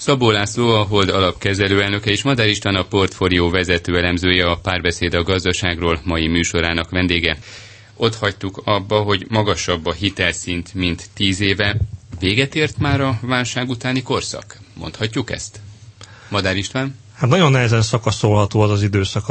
Szabó László, a Hold alapkezelő elnöke, és Madár István, a portfólió vezető elemzője, a Párbeszéd a gazdaságról mai műsorának vendége. Ott hagytuk abba, hogy magasabb a hitelszint, mint 10 éve. Véget ért már a válság utáni korszak? Mondhatjuk ezt? Madár István? Hát nagyon nehezen szakaszolható az az időszak,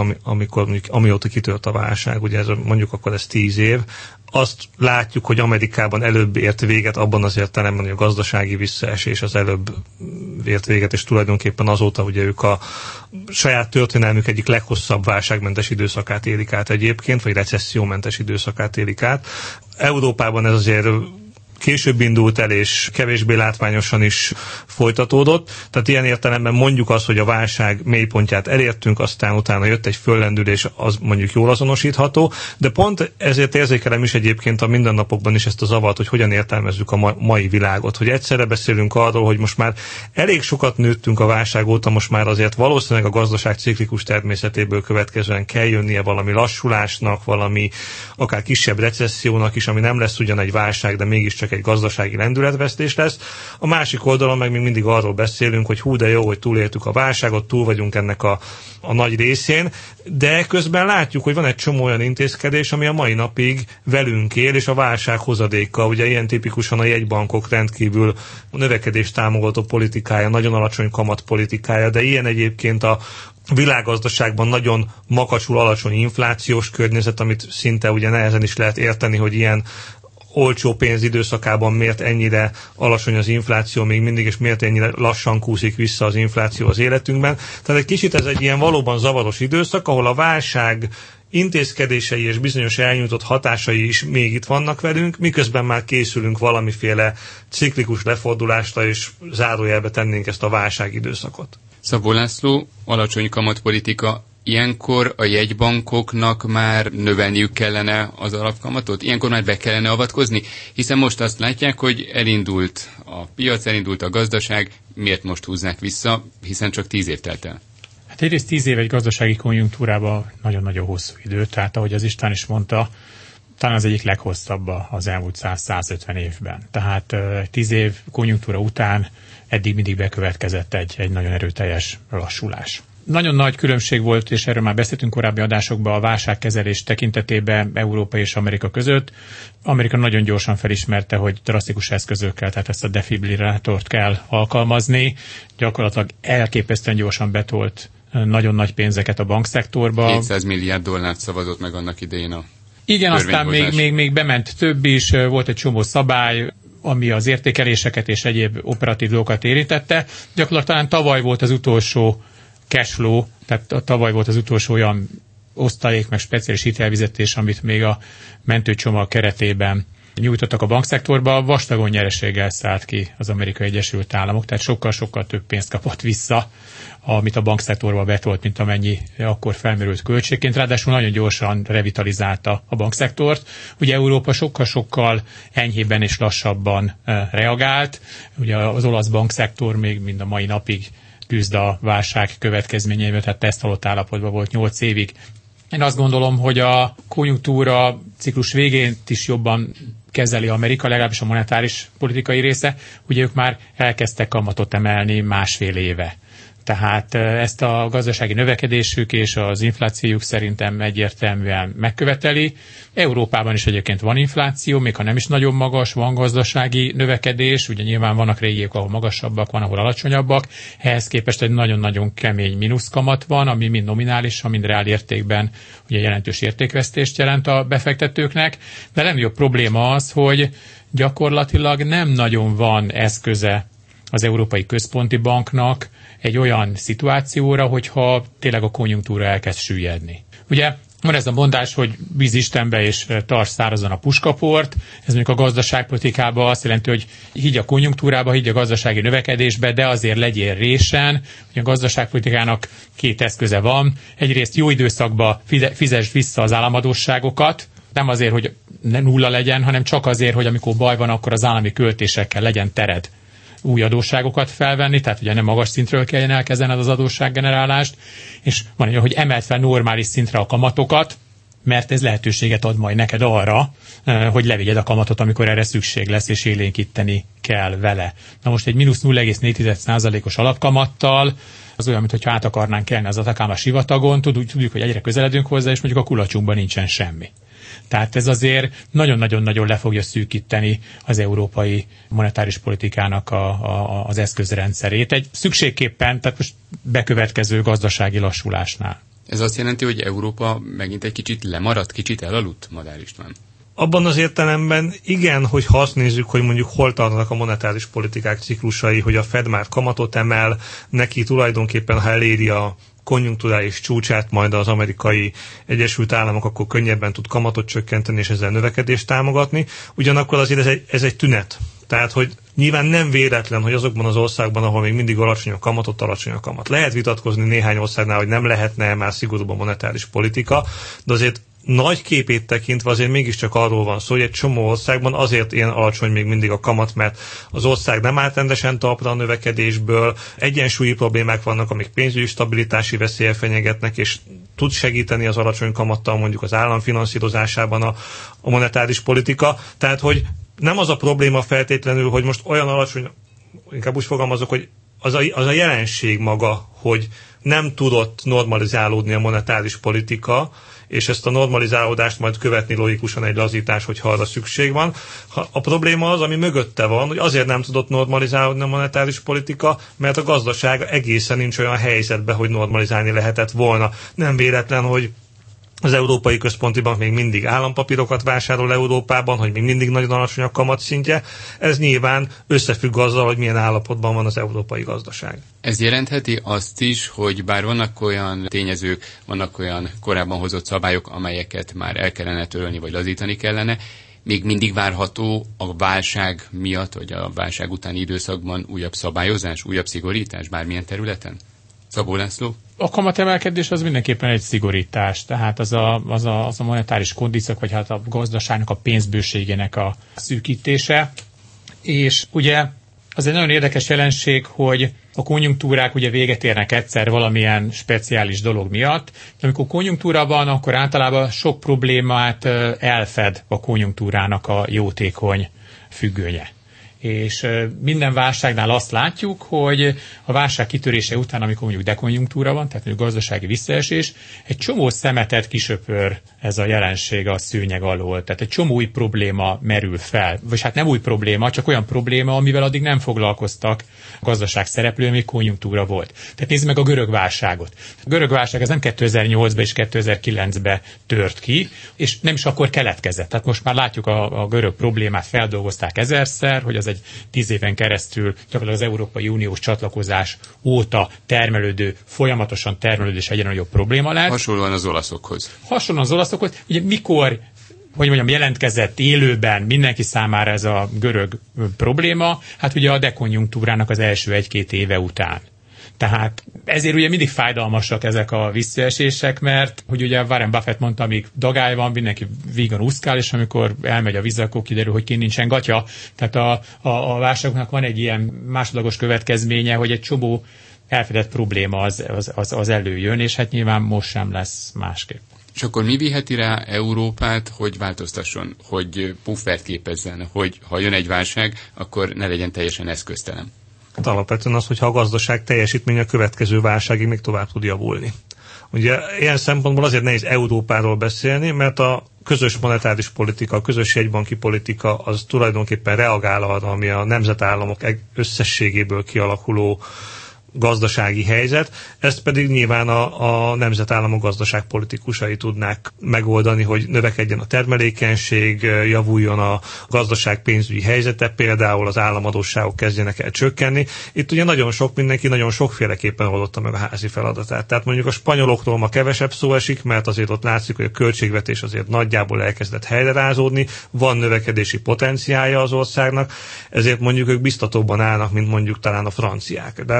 amióta kitört a válság, ugye mondjuk akkor ez 10 év. Azt látjuk, hogy Amerikában előbb ért véget, abban az értelemben, hogy a gazdasági visszaesés az előbb ért véget, és tulajdonképpen azóta ugye ők a saját történelmük egyik leghosszabb válságmentes időszakát élik át egyébként, vagy recessziómentes időszakát élik át. Európában ez azért később indult el, és kevésbé látványosan is folytatódott. Tehát ilyen értelemben mondjuk azt, hogy a válság mélypontját elértünk, aztán utána jött egy föllendülés, az mondjuk jól azonosítható, de pont ezért érzékelem is egyébként a mindennapokban is ezt a zavart, hogy hogyan értelmezzük a mai világot. Hogy egyszerre beszélünk arról, hogy most már elég sokat nőttünk a válság óta, most már azért valószínűleg a gazdaság ciklikus természetéből következően kell jönnie valami lassulásnak, valami akár kisebb recessziónak is, ami nem lesz ugyan egy válság, de mégiscsak egy gazdasági lendületvesztés lesz. A másik oldalon meg még mindig arról beszélünk, hogy hú de jó, hogy túléltük a válságot, túl vagyunk ennek a nagy részén, de közben látjuk, hogy van egy csomó olyan intézkedés, ami a mai napig velünk él, és a válság hozadéka. Ugye ilyen tipikusan a jegybankok rendkívül növekedést támogató politikája, nagyon alacsony kamatpolitikája, de ilyen egyébként a világgazdaságban nagyon makacsul alacsony inflációs környezet, amit szinte ugye nehezen is lehet érteni, hogy ilyen olcsó pénz időszakában miért ennyire alacsony az infláció még mindig, és miért ennyire lassan kúszik vissza az infláció az életünkben. Tehát egy kicsit ez egy ilyen valóban zavaros időszak, ahol a válság intézkedései és bizonyos elnyújtott hatásai is még itt vannak velünk, miközben már készülünk valamiféle ciklikus lefordulásra, és zárójelbe tennénk ezt a válságidőszakot. Szabó László, alacsony kamatpolitika. Ilyenkor a jegybankoknak már növelniük kellene az alapkamatot? Ilyenkor már be kellene avatkozni? Hiszen most azt látják, hogy elindult a piac, elindult a gazdaság, miért most húznák vissza, hiszen csak 10 év telt el? Hát egyrészt 10 év egy gazdasági konjunktúrában nagyon-nagyon hosszú idő, tehát ahogy az István is mondta, talán az egyik leghosszabb az elmúlt 100-150 évben. Tehát 10 év konjunktúra után eddig mindig bekövetkezett egy nagyon erőteljes lassulás. Nagyon nagy különbség volt, és erről már beszéltünk korábbi adásokban, a válságkezelés tekintetében Európa és Amerika között. Amerika nagyon gyorsan felismerte, hogy drasztikus eszközökkel, tehát ezt a defibrillátort kell alkalmazni. Gyakorlatilag elképesztően gyorsan betolt nagyon nagy pénzeket a bankszektorba. 200 milliárd dollárt szavazott meg annak idején a igen, aztán még bement több is, volt egy csomó szabály, ami az értékeléseket és egyéb operatív dolgokat érintette. Gyakorlatilag talán tavaly volt az utolsó cashflow, tehát tavaly volt az utolsó olyan osztalék, meg speciális hitelvizetés, amit még a mentőcsomag keretében nyújtottak a bankszektorba, vastagon nyereséggel szállt ki az Amerikai Egyesült Államok, tehát sokkal-sokkal több pénzt kapott vissza, amit a bankszektorba betolt, mint amennyi akkor felmerült költségként. Ráadásul nagyon gyorsan revitalizálta a bankszektort. Ugye Európa sokkal-sokkal enyhébben és lassabban reagált. Ugye az olasz bankszektor még mind a mai napig küzd a válság következményeivel, tehát teszthalott állapotban volt 8 évig. Én azt gondolom, hogy a konjunktúra ciklus végén is jobban kezeli Amerika, legalábbis a monetáris politikai része. Ugye ők már elkezdtek kamatot emelni másfél éve. Tehát ezt a gazdasági növekedésük és az inflációjuk szerintem egyértelműen megköveteli. Európában is egyébként van infláció, még ha nem is nagyon magas, van gazdasági növekedés, ugye nyilván vannak régiók, ahol magasabbak, van, ahol alacsonyabbak. Ehhez képest egy nagyon-nagyon kemény mínuszkamat van, ami mind nominálisan, mind reál értékben ugye jelentős értékvesztést jelent a befektetőknek. De a legnagyobb probléma az, hogy gyakorlatilag nem nagyon van eszköze az Európai Központi Banknak egy olyan szituációra, hogyha tényleg a konjunktúra elkezd süllyedni. Ugye van ez a mondás, hogy bíz Istenbe és tarts szárazon a puskaport. Ez mondjuk a gazdaságpolitikában azt jelenti, hogy higgy a konjunktúrába, higgy a gazdasági növekedésbe, de azért legyél résen, hogy a gazdaságpolitikának 2 eszköze van. Egyrészt jó időszakban fizesd vissza az államadósságokat, nem azért, hogy ne nulla legyen, hanem csak azért, hogy amikor baj van, akkor az állami költésekkel legyen tered új adósságokat felvenni, tehát ugye nem magas szintről kelljen elkezdened az adóssággenerálást, és van egy, hogy emelt fel normális szintre a kamatokat, mert ez lehetőséget ad majd neked arra, hogy levigyed a kamatot, amikor erre szükség lesz, és élénkíteni kell vele. Na most egy mínusz 0,4%-os alapkamattal az olyan, mintha át akarnánk kelni az Atacama sivatagon, tudjuk, hogy egyre közeledünk hozzá, és mondjuk a kulacsunkban nincsen semmi. Tehát ez azért nagyon-nagyon-nagyon le fogja szűkíteni az európai monetáris politikának az eszközrendszerét. Egy szükségképpen, tehát most bekövetkező gazdasági lassulásnál. Ez azt jelenti, hogy Európa megint egy kicsit lemaradt, kicsit elaludt, Madár István? Abban az értelemben igen, hogy ha azt nézzük, hogy mondjuk hol tartanak a monetáris politikák ciklusai, hogy a Fed már kamatot emel, neki tulajdonképpen, ha eléri a konjunkturális csúcsát, majd az Amerikai Egyesült Államok akkor könnyebben tud kamatot csökkenteni, és ezzel növekedést támogatni. Ugyanakkor azért ez egy tünet. Tehát, hogy nyilván nem véletlen, hogy azokban az országban, ahol még mindig alacsony a kamat, ott alacsony a kamat. Lehet vitatkozni néhány országnál, hogy nem lehetne már szigorúbb a monetáris politika, de azért nagy képét tekintve azért mégiscsak arról van szó, hogy egy csomó országban azért ilyen alacsony még mindig a kamat, mert az ország nem állt rendesen talpra a növekedésből, egyensúlyi problémák vannak, amik pénzügyi stabilitási veszéllyel fenyegetnek, és tud segíteni az alacsony kamattal mondjuk az állam finanszírozásában a monetáris politika. Tehát, hogy nem az a probléma feltétlenül, hogy most olyan alacsony, inkább úgy fogalmazok, hogy az a jelenség maga, hogy nem tudott normalizálódni a monetáris politika, és ezt a normalizálódást majd követni logikusan egy lazítás, hogyha arra szükség van. A probléma az, ami mögötte van, hogy azért nem tudott normalizálódni a monetáris politika, mert a gazdaság egészen nincs olyan helyzetben, hogy normalizálni lehetett volna. Nem véletlen, hogy az Európai Központi Bank még mindig állampapírokat vásárol Európában, hogy még mindig nagyon alacsony a kamatszintje. Ez nyilván összefügg azzal, hogy milyen állapotban van az európai gazdaság. Ez jelentheti azt is, hogy bár vannak olyan tényezők, vannak olyan korábban hozott szabályok, amelyeket már el kellene törölni, vagy lazítani kellene, még mindig várható a válság miatt, vagy a válság utáni időszakban újabb szabályozás, újabb szigorítás bármilyen területen? Szabó László? A kamatemelkedés az mindenképpen egy szigorítás, tehát az a monetáris kondíciók, vagy hát a gazdaságnak a pénzbőségének a szűkítése. És ugye az egy nagyon érdekes jelenség, hogy a konjunktúrák ugye véget érnek egyszer valamilyen speciális dolog miatt, de amikor konjunktúra van, akkor általában sok problémát elfed a konjunktúrának a jótékony függönye. És minden válságnál azt látjuk, hogy a válság kitörése után, amikor mondjuk dekonjunktúra van, tehát mondjuk gazdasági visszaesés, egy csomó szemetet kisöpör ez a jelenség a szőnyeg alól. Tehát egy csomó új probléma merül fel. Vagy hát nem új probléma, csak olyan probléma, amivel addig nem foglalkoztak a gazdaság szereplői, még konjunktúra volt. Tehát nézzük meg a görög válságot. A görög válság ez nem 2008-ban és 2009-ben tört ki, és nem is akkor keletkezett. Tehát most már látjuk a görög problémát, feldolgozták ezerszer, hogy az egy 10 éven keresztül gyakorlatilag az Európai Uniós csatlakozás óta folyamatosan termelődő és egyre nagyobb probléma lett. Hasonlóan az olaszokhoz. Ugye mikor, hogy mondjam, jelentkezett élőben mindenki számára ez a görög probléma, hát ugye a dekonjunktúrának az első 1-2 éve után. Tehát ezért ugye mindig fájdalmasak ezek a visszaesések, mert, hogy ugye Warren Buffett mondta, amíg dagály van, mindenki vígan úszkál, és amikor elmegy a víz, akkor kiderül, hogy kint nincsen gatya. Tehát a válságoknak van egy ilyen másodlagos következménye, hogy egy csomó elfedett probléma az előjön, és hát nyilván most sem lesz másképp. És akkor mi viheti rá Európát, hogy változtasson, hogy puffert képezzen, hogy ha jön egy válság, akkor ne legyen teljesen eszköztelen? Hát alapvetően az, hogyha a gazdaság teljesítménye a következő válságig még tovább tud javulni. Ugye ilyen szempontból azért nehéz Európáról beszélni, mert a közös monetáris politika, a közös jegybanki politika az tulajdonképpen reagál arra, ami a nemzetállamok összességéből kialakuló gazdasági helyzet, ezt pedig nyilván a nemzetállamok gazdaságpolitikusai tudnák megoldani, hogy növekedjen a termelékenység, javuljon a gazdaság pénzügyi helyzete, például az államadósságok kezdjenek el csökkenni. Itt ugye nagyon sok mindenki nagyon sokféleképpen oldotta meg a házi feladatát. Tehát mondjuk a spanyolokról ma kevesebb szó esik, mert azért ott látszik, hogy a költségvetés azért nagyjából elkezdett helyrerázódni, van növekedési potenciálja az országnak, ezért mondjuk ők biztatóbban állnak, mint mondjuk talán a franciák. De a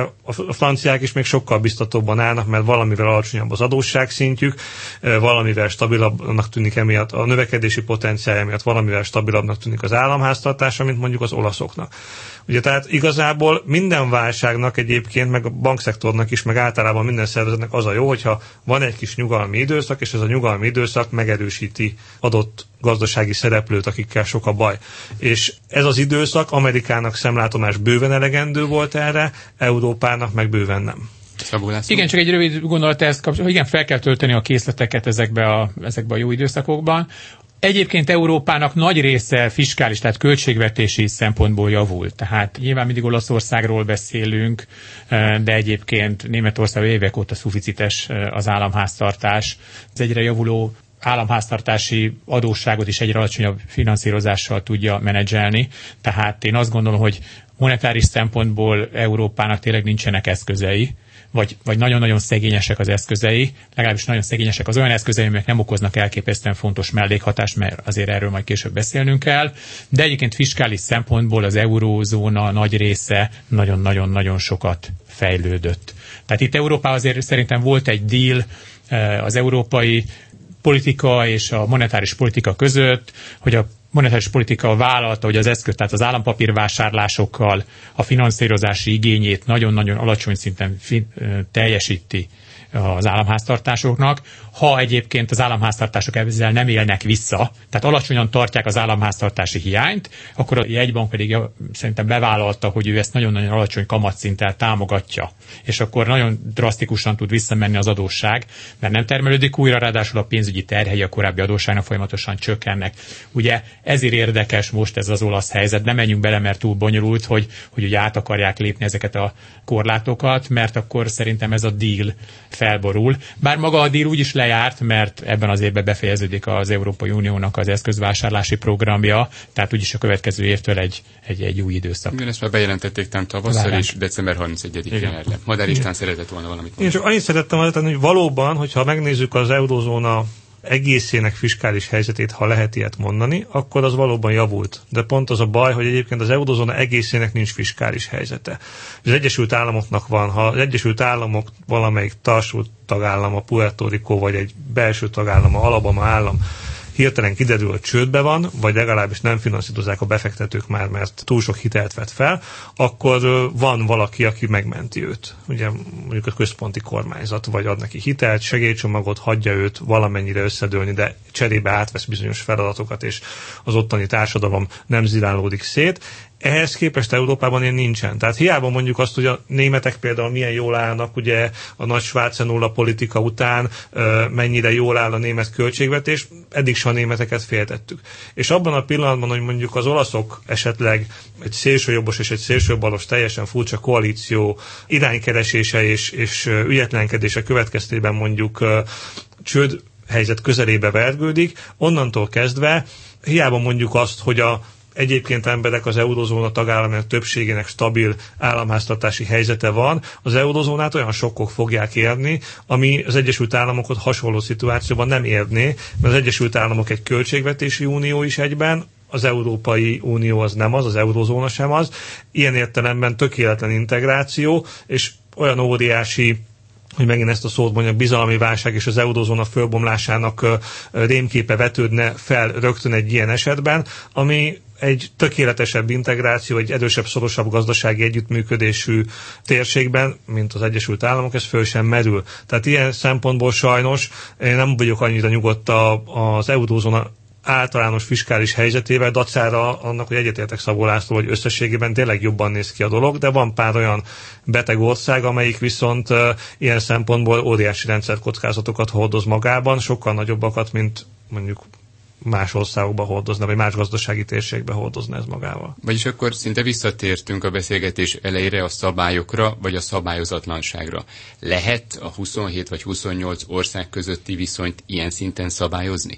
a franciák is még sokkal biztatóbban állnak, mert valamivel alacsonyabb az adósságszintjük, valamivel stabilabbnak tűnik emiatt a növekedési potenciálja miatt, valamivel stabilabbnak tűnik az államháztartása, mint mondjuk az olaszoknak. Ugye tehát igazából minden válságnak egyébként, meg a bankszektornak is, meg általában minden szervezetnek az a jó, hogyha van egy kis nyugalmi időszak, és ez a nyugalmi időszak megerősíti adott gazdasági szereplőt, akikkel sok a baj. És ez az időszak Amerikának szemlátomás bőven elegendő volt erre, Európának meg bőven nem. Igen, csak egy rövid gondolat ehhez kapcsolatban. Igen, fel kell tölteni a készleteket ezekbe a jó időszakokban. Egyébként Európának nagy része fiskális, tehát költségvetési szempontból javult. Tehát nyilván mindig Olaszországról beszélünk, de egyébként Németország évek óta szuficites az államháztartás. Az egyre javuló államháztartási adósságot is egyre alacsonyabb finanszírozással tudja menedzselni. Tehát én azt gondolom, hogy monetáris szempontból Európának tényleg nincsenek eszközei, vagy nagyon-nagyon szegényesek az eszközei, legalábbis nagyon szegényesek az olyan eszközei, amelyek nem okoznak elképesztően fontos mellékhatást, mert azért erről majd később beszélnünk kell, de egyébként fiskális szempontból az eurózóna nagy része nagyon-nagyon-nagyon sokat fejlődött. Tehát itt Európában azért szerintem volt egy deal az európai politika és a monetáris politika között, hogy a monetáris politika vállalta, hogy az eszköz, tehát az állampapírvásárlásokkal a finanszírozási igényét nagyon-nagyon alacsony szinten teljesíti az államháztartásoknak, ha egyébként az államháztartások ezzel nem élnek vissza, tehát alacsonyan tartják az államháztartási hiányt, akkor a jegybank pedig szerintem bevállalta, hogy ő ezt nagyon-nagyon alacsony kamatszinttel támogatja, és akkor nagyon drasztikusan tud visszamenni az adósság, mert nem termelődik újra, ráadásul a pénzügyi terhei a korábbi adósságnak folyamatosan csökkennek. Ugye ezért érdekes most ez az olasz helyzet, nem menjünk bele, mert túl bonyolult, hogy ugye át akarják lépni ezeket a korlátokat, mert akkor szerintem ez a deal felborul. Bár maga a deal úgy is lejárt, mert ebben az évben befejeződik az Európai Uniónak az eszközvásárlási programja, tehát úgyis a következő évtől egy új időszak. Igen, ezt már bejelentették tavasszal, és december 31-én erre. Madár István szeretett volna valamit mondani. Én csak annyit szerettem volna tenni, hogy valóban, hogyha megnézzük az eurózóna egészének fiskális helyzetét, ha lehet ilyet mondani, akkor az valóban javult. De pont az a baj, hogy egyébként az eurózóna egészének nincs fiskális helyzete. Az Egyesült Államoknak van, ha az Egyesült Államok valamelyik társult tagállama, Puerto Rico, vagy egy belső tagállama, Alabama állam hirtelen kiderül, hogy csődbe van, vagy legalábbis nem finanszírozzák a befektetők már, mert túl sok hitelt vett fel, akkor van valaki, aki megmenti őt. Ugye mondjuk a központi kormányzat, vagy ad neki hitelt, segélycsomagot, hagyja őt valamennyire összedőlni, de cserébe átvesz bizonyos feladatokat, és az ottani társadalom nem zilálódik szét. Ehhez képest Európában ilyen nincsen. Tehát hiába mondjuk azt, hogy a németek például milyen jól állnak, ugye a nagy Schwarzenegger politika után mennyire jól áll a német költségvetés, eddig se a németeket féltettük. És abban a pillanatban, hogy mondjuk az olaszok esetleg egy szélsőjobbos és egy szélsőbalos teljesen furcsa koalíció iránykeresése és ügyetlenkedése következtében mondjuk csőd helyzet közelébe vergődik, onnantól kezdve hiába mondjuk azt, hogy a egyébként emberek az eurozóna tagállamának többségének stabil államháztartási helyzete van, az eurozónát olyan sokkok fogják érni, ami az Egyesült Államokat hasonló szituációban nem érné, mert az Egyesült Államok egy költségvetési unió is egyben, az Európai Unió az nem az eurozóna sem az, ilyen értelemben tökéletlen integráció, és olyan óriási, hogy megint ezt a szót mondjak, bizalmi válság és az eurozóna fölbomlásának rémképe vetődne fel rögtön egy ilyen esetben, ami egy tökéletesebb integráció, egy erősebb, szorosabb gazdasági együttműködésű térségben, mint az Egyesült Államok, ez föl sem merül. Tehát ilyen szempontból sajnos én nem vagyok annyira nyugodt az eurózóna általános fiskális helyzetével, dacára annak, hogy egyetértek Szabó László, hogy összességében tényleg jobban néz ki a dolog, de van pár olyan beteg ország, amelyik viszont ilyen szempontból óriási rendszerkockázatokat hordoz magában, sokkal nagyobbakat, mint mondjuk más országokba hordozna, vagy más gazdasági térségbe hordozna ez magával. Vagyis akkor szinte visszatértünk a beszélgetés elejére a szabályokra, vagy a szabályozatlanságra. Lehet a 27 vagy 28 ország közötti viszonyt ilyen szinten szabályozni?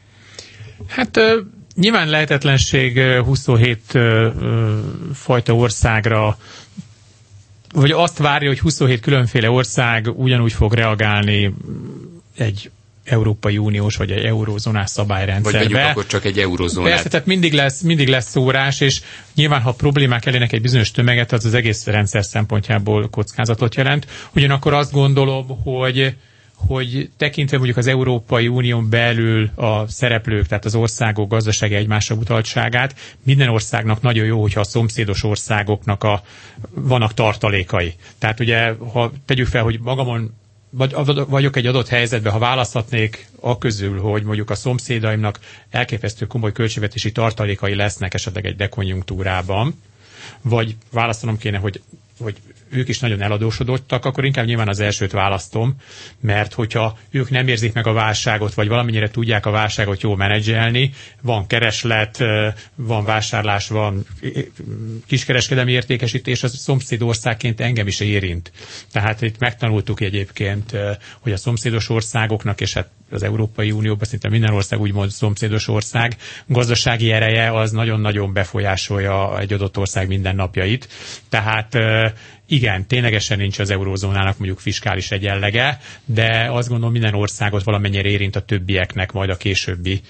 Hát nyilván lehetetlenség 27 fajta országra, vagy azt várja, hogy 27 különféle ország ugyanúgy fog reagálni egy Európai Uniós vagy egy eurózónás szabályrendszerbe. Vagy vegyük akkor csak egy eurózónát. Persze, tehát mindig lesz szórás, és nyilván, ha problémák elérnek egy bizonyos tömeget, az egész rendszer szempontjából kockázatot jelent. Ugyanakkor azt gondolom, hogy tekintve mondjuk az Európai Unión belül a szereplők, tehát az országok gazdasági egymásra utaltságát, minden országnak nagyon jó, hogyha a szomszédos országoknak vannak tartalékai. Tehát ugye, ha tegyük fel, hogy magamon vagyok egy adott helyzetben, ha választhatnék aközül, hogy mondjuk a szomszédaimnak elképesztő komoly költségvetési tartalékai lesznek esetleg egy dekonjunktúrában, vagy választanom kéne, hogy ők is nagyon eladósodottak, akkor inkább nyilván az elsőt választom, mert hogyha ők nem érzik meg a válságot, vagy valamennyire tudják a válságot jól menedzselni, van kereslet, van vásárlás, van kiskereskedelmi értékesítés, az szomszédországként engem is érint. Tehát itt megtanultuk egyébként, hogy a szomszédos országoknak, és hát az Európai Unióban szinte minden ország úgymond szomszédos ország, gazdasági ereje az nagyon-nagyon befolyásolja egy adott ország mindennapjait. Tehát igen, ténylegesen nincs az eurózónának mondjuk fiskális egyenlege, de azt gondolom minden országot valamennyire érint a többieknek majd a későbbi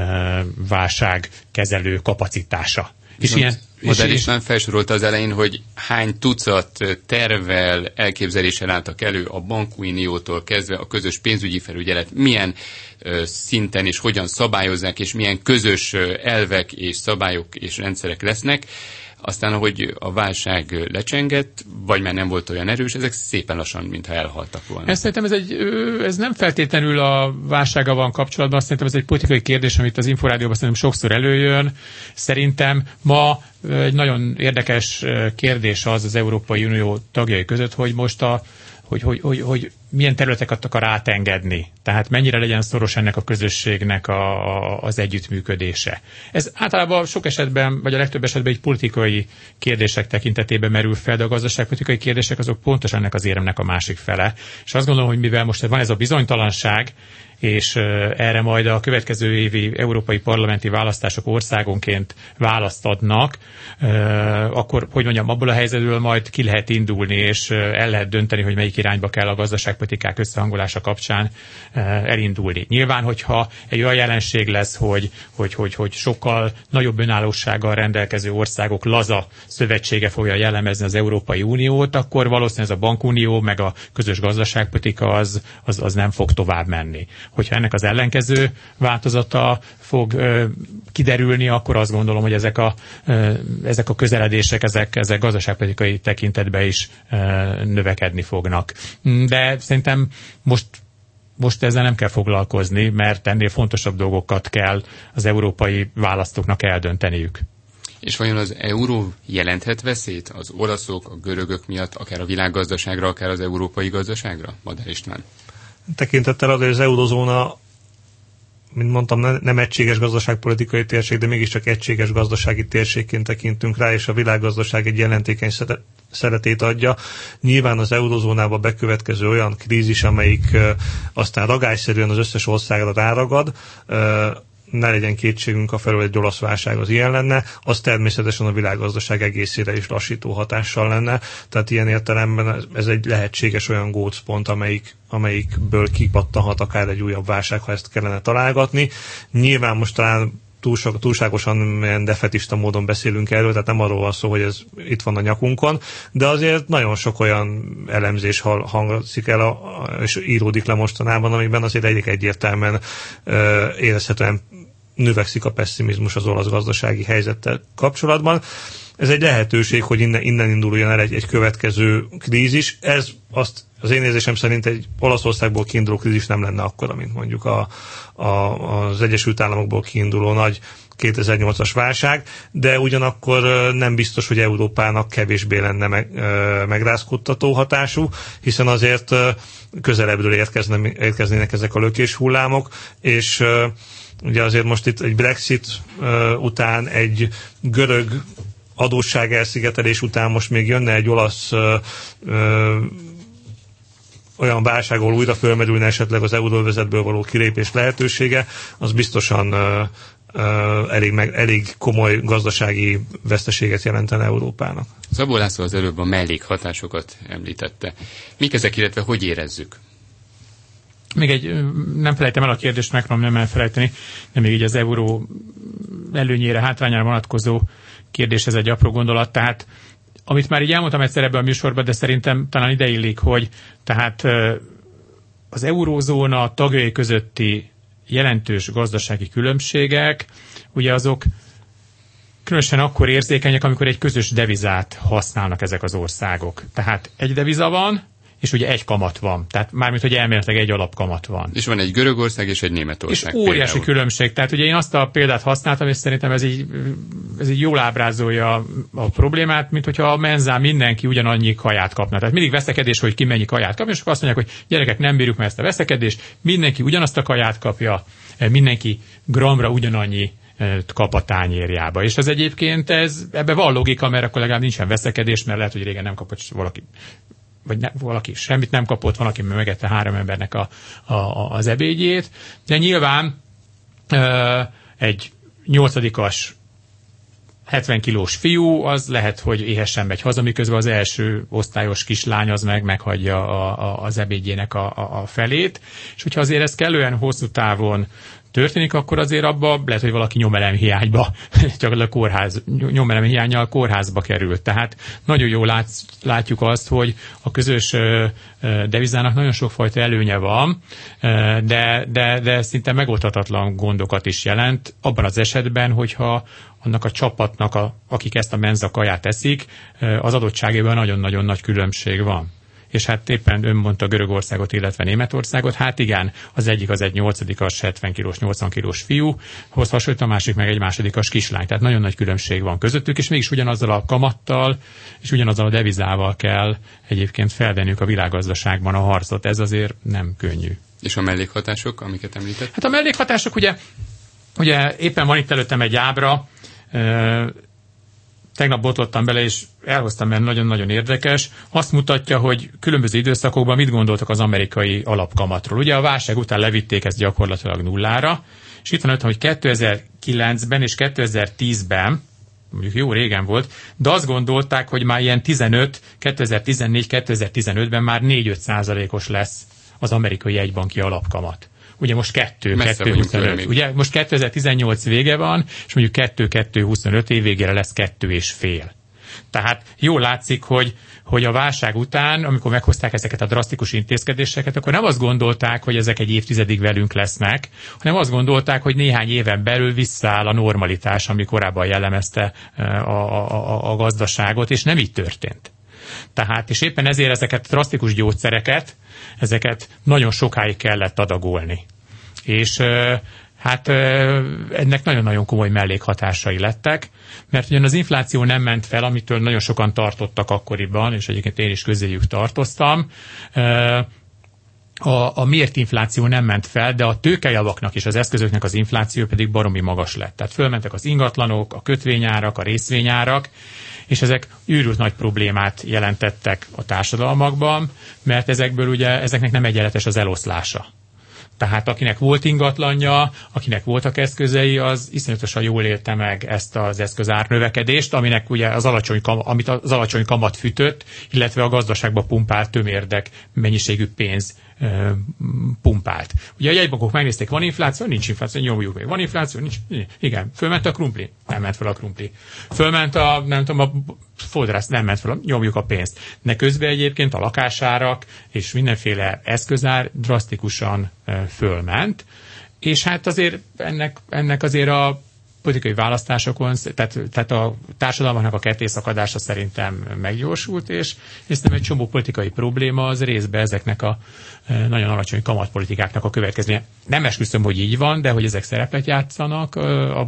válságkezelő kapacitása. És ilyen Madár István felsorolta az elején, hogy hány tucat tervvel, elképzeléssel álltak elő a bankuniótól kezdve a közös pénzügyi felügyelet, milyen szinten és hogyan szabályozzák, és milyen közös elvek és szabályok és rendszerek lesznek. Aztán, ahogy a válság lecsengett, vagy már nem volt olyan erős, ezek szépen lassan, mintha elhaltak volna. Ezt szerintem ez nem feltétlenül a válsággal van kapcsolatban, azt szerintem ez egy politikai kérdés, amit az Inforádióban szerintem sokszor előjön. Szerintem ma egy nagyon érdekes kérdés az Európai Unió tagjai között, hogy most hogy milyen területeket akar átengedni. Tehát mennyire legyen szoros ennek a közösségnek az együttműködése. Ez általában sok esetben, vagy a legtöbb esetben egy politikai kérdések tekintetében merül fel, de a gazdaságpolitikai kérdések azok pontosan ennek az éremnek a másik fele. És azt gondolom, hogy mivel most van ez a bizonytalanság, és erre majd a következő évi európai parlamenti választások országonként választ adnak, akkor, hogy mondjam, abból a helyzetből majd ki lehet indulni, és el lehet dönteni, hogy melyik irányba kell a gazdaságpolitikák összehangolása kapcsán elindulni. Nyilván, hogyha egy olyan jelenség lesz, hogy sokkal nagyobb önállósággal rendelkező országok laza szövetsége fogja jellemezni az Európai Uniót, akkor valószínűleg ez a bankunió, meg a közös gazdaságpolitika az nem fog tovább menni. Hogyha ennek az ellenkező változata fog kiderülni, akkor azt gondolom, hogy ezek a közeledések, ezek gazdaságpolitikai tekintetben is növekedni fognak. De szerintem most ezzel nem kell foglalkozni, mert ennél fontosabb dolgokat kell az európai választóknak eldönteniük. És vajon az euró jelenthet veszélyt az olaszok, a görögök miatt, akár a világgazdaságra, akár az európai gazdaságra? Madár István. Tekintettel arra, hogy az eurozóna, mint mondtam, nem egységes gazdaságpolitikai térség, de mégiscsak egységes gazdasági térségként tekintünk rá, és a világgazdaság egy jelentékeny szeretét adja. Nyilván az eurozónába bekövetkező olyan krízis, amelyik aztán ragályszerűen az összes országra ráragad, ne legyen kétségünk afelől, egy olasz válság az ilyen lenne, az természetesen a világgazdaság egészére is lassító hatással lenne, tehát ilyen értelemben ez egy lehetséges olyan gócpont, amelyikből kipattanhat akár egy újabb válság, ha ezt kellene találgatni. Nyilván most talán túlságosan defetista módon beszélünk erről, tehát nem arról van szó, hogy ez itt van a nyakunkon, de azért nagyon sok olyan elemzés hangzik el és íródik le mostanában, amiben azért egyértelműen érezhetően növekszik a pesszimizmus az olasz gazdasági helyzettel kapcsolatban. Ez egy lehetőség, hogy innen induljon el egy következő krízis. Ez az én érzésem szerint egy Olaszországból kiinduló krízis nem lenne akkora, mint mondjuk az Egyesült Államokból kiinduló nagy 2008-as válság, de ugyanakkor nem biztos, hogy Európának kevésbé lenne megrázkódtató hatású, hiszen azért közelebbről érkeznének ezek a lökéshullámok, és ugye azért most itt egy Brexit után, egy görög adósság elszigetelés után most még jönne egy olasz olyan válság, ahol újra fölmerülne esetleg az euróövezetből való kilépés lehetősége, az biztosan elég komoly gazdasági veszteséget jelentene Európának. Szabó László az előbb a mellékhatásokat említette. Mik ezek, illetve hogy érezzük? nem felejtem el a kérdést, megpróbálom nem elfelejteni, de még így az euró előnyére, hátrányára vonatkozó kérdés, ez egy apró gondolat. Tehát, amit már így elmondtam egyszer ebben a műsorban, de szerintem talán ide illik, hogy tehát az eurózóna tagjai közötti jelentős gazdasági különbségek, ugye azok különösen akkor érzékenyek, amikor egy közös devizát használnak ezek az országok. Tehát egy deviza van, és ugye egy kamat van. Tehát mármint, hogy elméletileg egy alapkamat van. És van egy Görögország és egy Németország. És óriási például különbség. Tehát ugye én azt a példát használtam, és szerintem ez így jól ábrázolja a problémát, mint hogyha a menzán mindenki ugyanannyi kaját kapna. Tehát mindig veszekedés, hogy ki mennyi kaját kap, és akkor azt mondják, hogy gyerekek, nem bírjuk meg ezt a veszekedést, mindenki ugyanazt a kaját kapja, mindenki gramra ugyanannyi kap a tányérjába. És ez egyébként, ebben van logika, mert akkor legalább nincsen veszekedés, mert lehet, hogy régen nem kapott valaki, vagy valaki semmit nem kapott, van, aki megette 3 embernek az ebédjét, de nyilván egy 8-as 70 kilós fiú, az lehet, hogy éhesen megy haza, miközben az első osztályos kislány az meghagyja az ebédjének a felét, és hogyha azért ez kellően hosszú távon történik, akkor azért abban lehet, hogy valaki nyomelemhiányba, nyomelemhiánnyal kórházba került. Tehát nagyon jól látjuk azt, hogy a közös devizának nagyon sokfajta előnye van, de szinte megoldhatatlan gondokat is jelent, abban az esetben, hogyha annak a csapatnak, akik ezt a menza kaját eszik, az adottságében nagyon-nagyon nagy különbség van. És hát éppen ön mondta Görögországot, illetve Németországot, hát igen, az egyik az egy 8-as, 70 kilós, 80 kilós fiúhoz hasonlít, a másik meg egy másodikas kislány. Tehát nagyon nagy különbség van közöttük, és mégis ugyanazzal a kamattal, és ugyanazzal a devizával kell egyébként felvenniük a világgazdaságban a harcot. Ez azért nem könnyű. És a mellékhatások, amiket említett? Hát a mellékhatások ugye éppen van itt előttem egy ábra, tegnap botlottam bele, és elhoztam, mert nagyon-nagyon érdekes. Azt mutatja, hogy különböző időszakokban mit gondoltak az amerikai alapkamatról. Ugye a válság után levitték ezt gyakorlatilag nullára, és itt van előttem, hogy 2009-ben és 2010-ben, mondjuk jó régen volt, de azt gondolták, hogy már ilyen 2014-2015-ben már 4-5%-os lesz az amerikai jegybanki alapkamat. Ugye most 2,25. Ugye most 2018 vége van, és mondjuk 2,25 év végére lesz 2,5. Tehát jól látszik, hogy a válság után, amikor meghozták ezeket a drasztikus intézkedéseket, akkor nem azt gondolták, hogy ezek egy évtizedig velünk lesznek, hanem azt gondolták, hogy néhány éven belül visszaáll a normalitás, ami korábban jellemezte a gazdaságot, és nem így történt. Tehát, és éppen ezért ezeket drasztikus gyógyszereket, ezeket nagyon sokáig kellett adagolni. És hát ennek nagyon-nagyon komoly mellékhatásai lettek, mert ugyan az infláció nem ment fel, amitől nagyon sokan tartottak akkoriban, és egyébként én is közéjük tartoztam. A mért infláció nem ment fel, de a tőkejavaknak és az eszközöknek az infláció pedig baromi magas lett. Tehát fölmentek az ingatlanok, a kötvényárak, a részvényárak, és ezek őrült nagy problémát jelentettek a társadalmakban, mert ezeknek nem egyenletes az eloszlása. Tehát akinek volt ingatlanja, akinek voltak eszközei, az iszonyatosan jól élte meg ezt az eszközárnövekedést, aminek ugye amit az alacsony kamat fűtött, illetve a gazdaságba pumpált tömérdek mennyiségű pénz pumpált. Ugye a jegybankok megnézték, van infláció, nincs infláció, nyomjuk meg. Van infláció, nincs. Igen, fölment a krumpli, nem ment fel a krumpli. Fölment a fodrász, nem ment fel, nyomjuk a pénzt. De közben egyébként a lakásárak és mindenféle eszközár drasztikusan fölment, és hát azért ennek azért a politikai választásokon, tehát a társadalmaknak a kettészakadása szerintem meggyorsult, és szerintem egy csomó politikai probléma az részben ezeknek a nagyon alacsony kamatpolitikáknak a következménye. Nem esküszöm, hogy így van, de hogy ezek szerepet játszanak,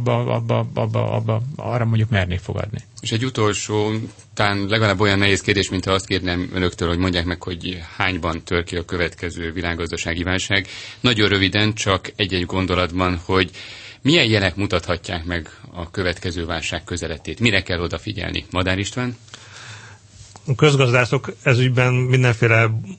arra mondjuk mernék fogadni. És egy utolsó, talán legalább olyan nehéz kérdés, mint ha azt kérném önöktől, hogy mondják meg, hogy hányban tör ki a következő világgazdasági válság. Nagyon röviden, csak egy-egy gondolatban, hogy milyen jelek mutathatják meg a következő válság közeletét? Mire kell odafigyelni? Madár István? A közgazdászok ezügyben mindenféle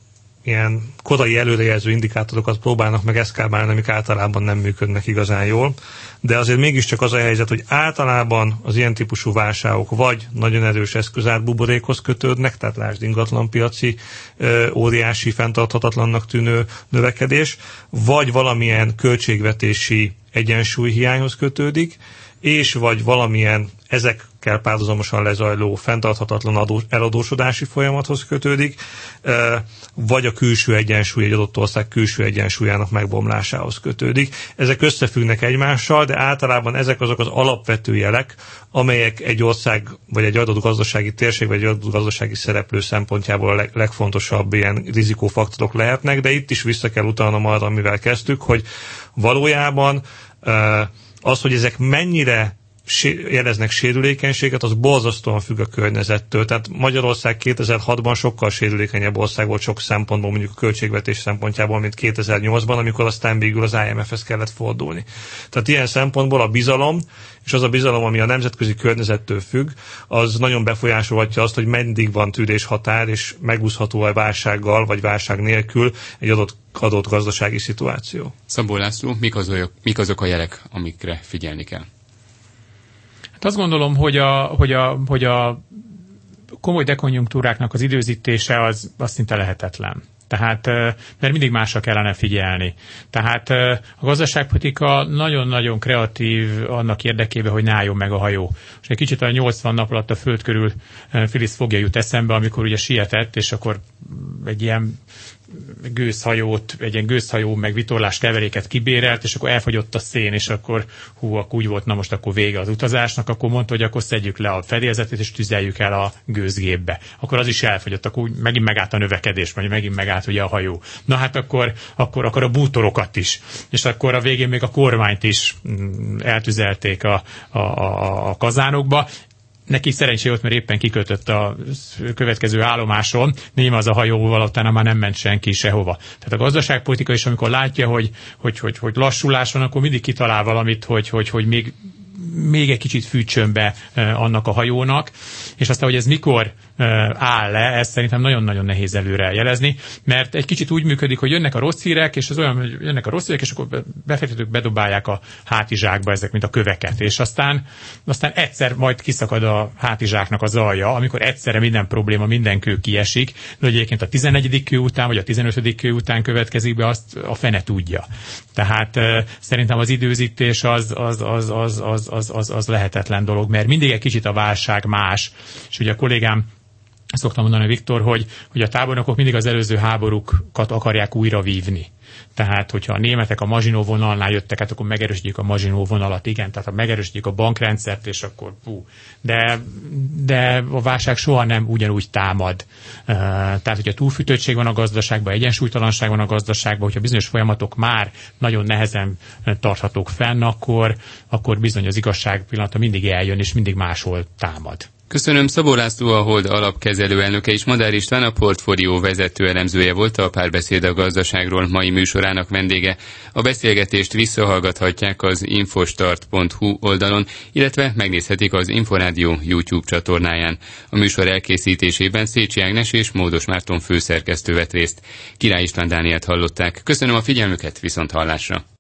ilyen korai előrejelző indikátorokat próbálnak meg eszkábálni, amik általában nem működnek igazán jól. De azért mégiscsak az a helyzet, hogy általában az ilyen típusú válságok vagy nagyon erős eszközárbuborékhoz kötődnek, tehát lásd ingatlanpiaci óriási, fenntarthatatlannak tűnő növekedés, vagy valamilyen költségvetési egyensúlyhiányhoz kötődik, és vagy valamilyen ezekkel párhuzamosan lezajló fenntarthatatlan eladósodási folyamathoz kötődik, vagy a külső egyensúly, egy adott ország külső egyensúlyának megbomlásához kötődik. Ezek összefüggnek egymással, de általában ezek azok az alapvető jelek, amelyek egy ország, vagy egy adott gazdasági térség, vagy egy adott gazdasági szereplő szempontjából a legfontosabb ilyen rizikófaktorok lehetnek, de itt is vissza kell utalnom arra, amivel kezdtük, hogy valójában az, hogy ezek mennyire jeleznek sérülékenységet, az borzasztóan függ a környezettől. Tehát Magyarország 2006-ban sokkal sérülékenyebb ország volt sok szempontból, mondjuk a költségvetés szempontjából, mint 2008-ban, amikor aztán végül az IMF-hez kellett fordulni. Tehát ilyen szempontból a bizalom, és az a bizalom, ami a nemzetközi környezettől függ, az nagyon befolyásolhatja azt, hogy meddig van tűréshatár, és megúszható a válsággal, vagy válság nélkül egy adott gazdasági szituáció. Szabó László, mik azok a jelek, amikre figyelni kell? Hát azt gondolom, hogy a komoly dekonjunktúráknak az időzítése az szinte lehetetlen. Tehát, mert mindig másra kellene figyelni. Tehát a gazdaságpolitika nagyon-nagyon kreatív annak érdekében, hogy ne álljon meg a hajó. És egy kicsit a 80 nap alatt a föld körül Phyllis Foggia jut eszembe, amikor ugye sietett, és akkor egy ilyen gőzhajó, meg vitorlás keveréket kibérelt, és akkor elfogyott a szén, és akkor akkor úgy volt, na most akkor vége az utazásnak, akkor mondta, hogy akkor szedjük le a fedélzetét, és tüzeljük el a gőzgépbe. Akkor az is elfogyott, akkor megint megállt a növekedés, vagy megint megállt ugye a hajó. Na hát akkor a bútorokat is, és akkor a végén még a kormányt is eltüzelték a kazánokba. Neki szerencsé volt, mert éppen kikötött a következő állomáson, néma az a hajóval, utána már nem ment senki sehova. Tehát a gazdaságpolitika is, amikor látja, hogy lassulás van, akkor mindig kitalál valamit, hogy még egy kicsit fűtsön be annak a hajónak, és aztán, hogy ez mikor áll le, ezt szerintem nagyon-nagyon nehéz előre jelezni, mert egy kicsit úgy működik, hogy jönnek a rossz hírek, és az olyan, hogy jönnek a rossz hírek, és akkor befektetők bedobálják a hátizsákba ezek, mint a köveket, és aztán egyszer majd kiszakad a hátizsáknak az alja, amikor egyszerre minden probléma, minden kő kiesik, de egyébként a 11. kő után, vagy a 15. kő után következik be, azt a fene tudja. Tehát szerintem az időzítés az lehetetlen dolog, mert mindig egy kicsit a válság más, és ugye a kollégám szoktam mondani, Viktor, hogy a tábornokok mindig az előző háborúkat akarják újra vívni. Tehát, hogyha a németek a Maginot vonalnál jöttek, hát akkor megerősítjük a Maginot vonalat, igen, tehát megerősítjük a bankrendszert, és akkor de a válság soha nem ugyanúgy támad. Tehát, hogyha túlfűtöttség van a gazdaságban, egyensúlytalanság van a gazdaságban, hogyha bizonyos folyamatok már nagyon nehezen tarthatók fenn, akkor bizony az igazság pillanata mindig eljön, és mindig máshol támad. Köszönöm. Szabó László, a Hold alapkezelő elnöke, és Madár István, a Portfólió vezető elemzője volt a Párbeszéd a gazdaságról mai műsorának vendége. A beszélgetést visszahallgathatják az infostart.hu oldalon, illetve megnézhetik az Inforádió YouTube csatornáján. A műsor elkészítésében Szécsi Ágnes és Módos Márton főszerkesztő vett részt. Király István Dánielt hallották. Köszönöm a figyelmüket, viszont hallásra!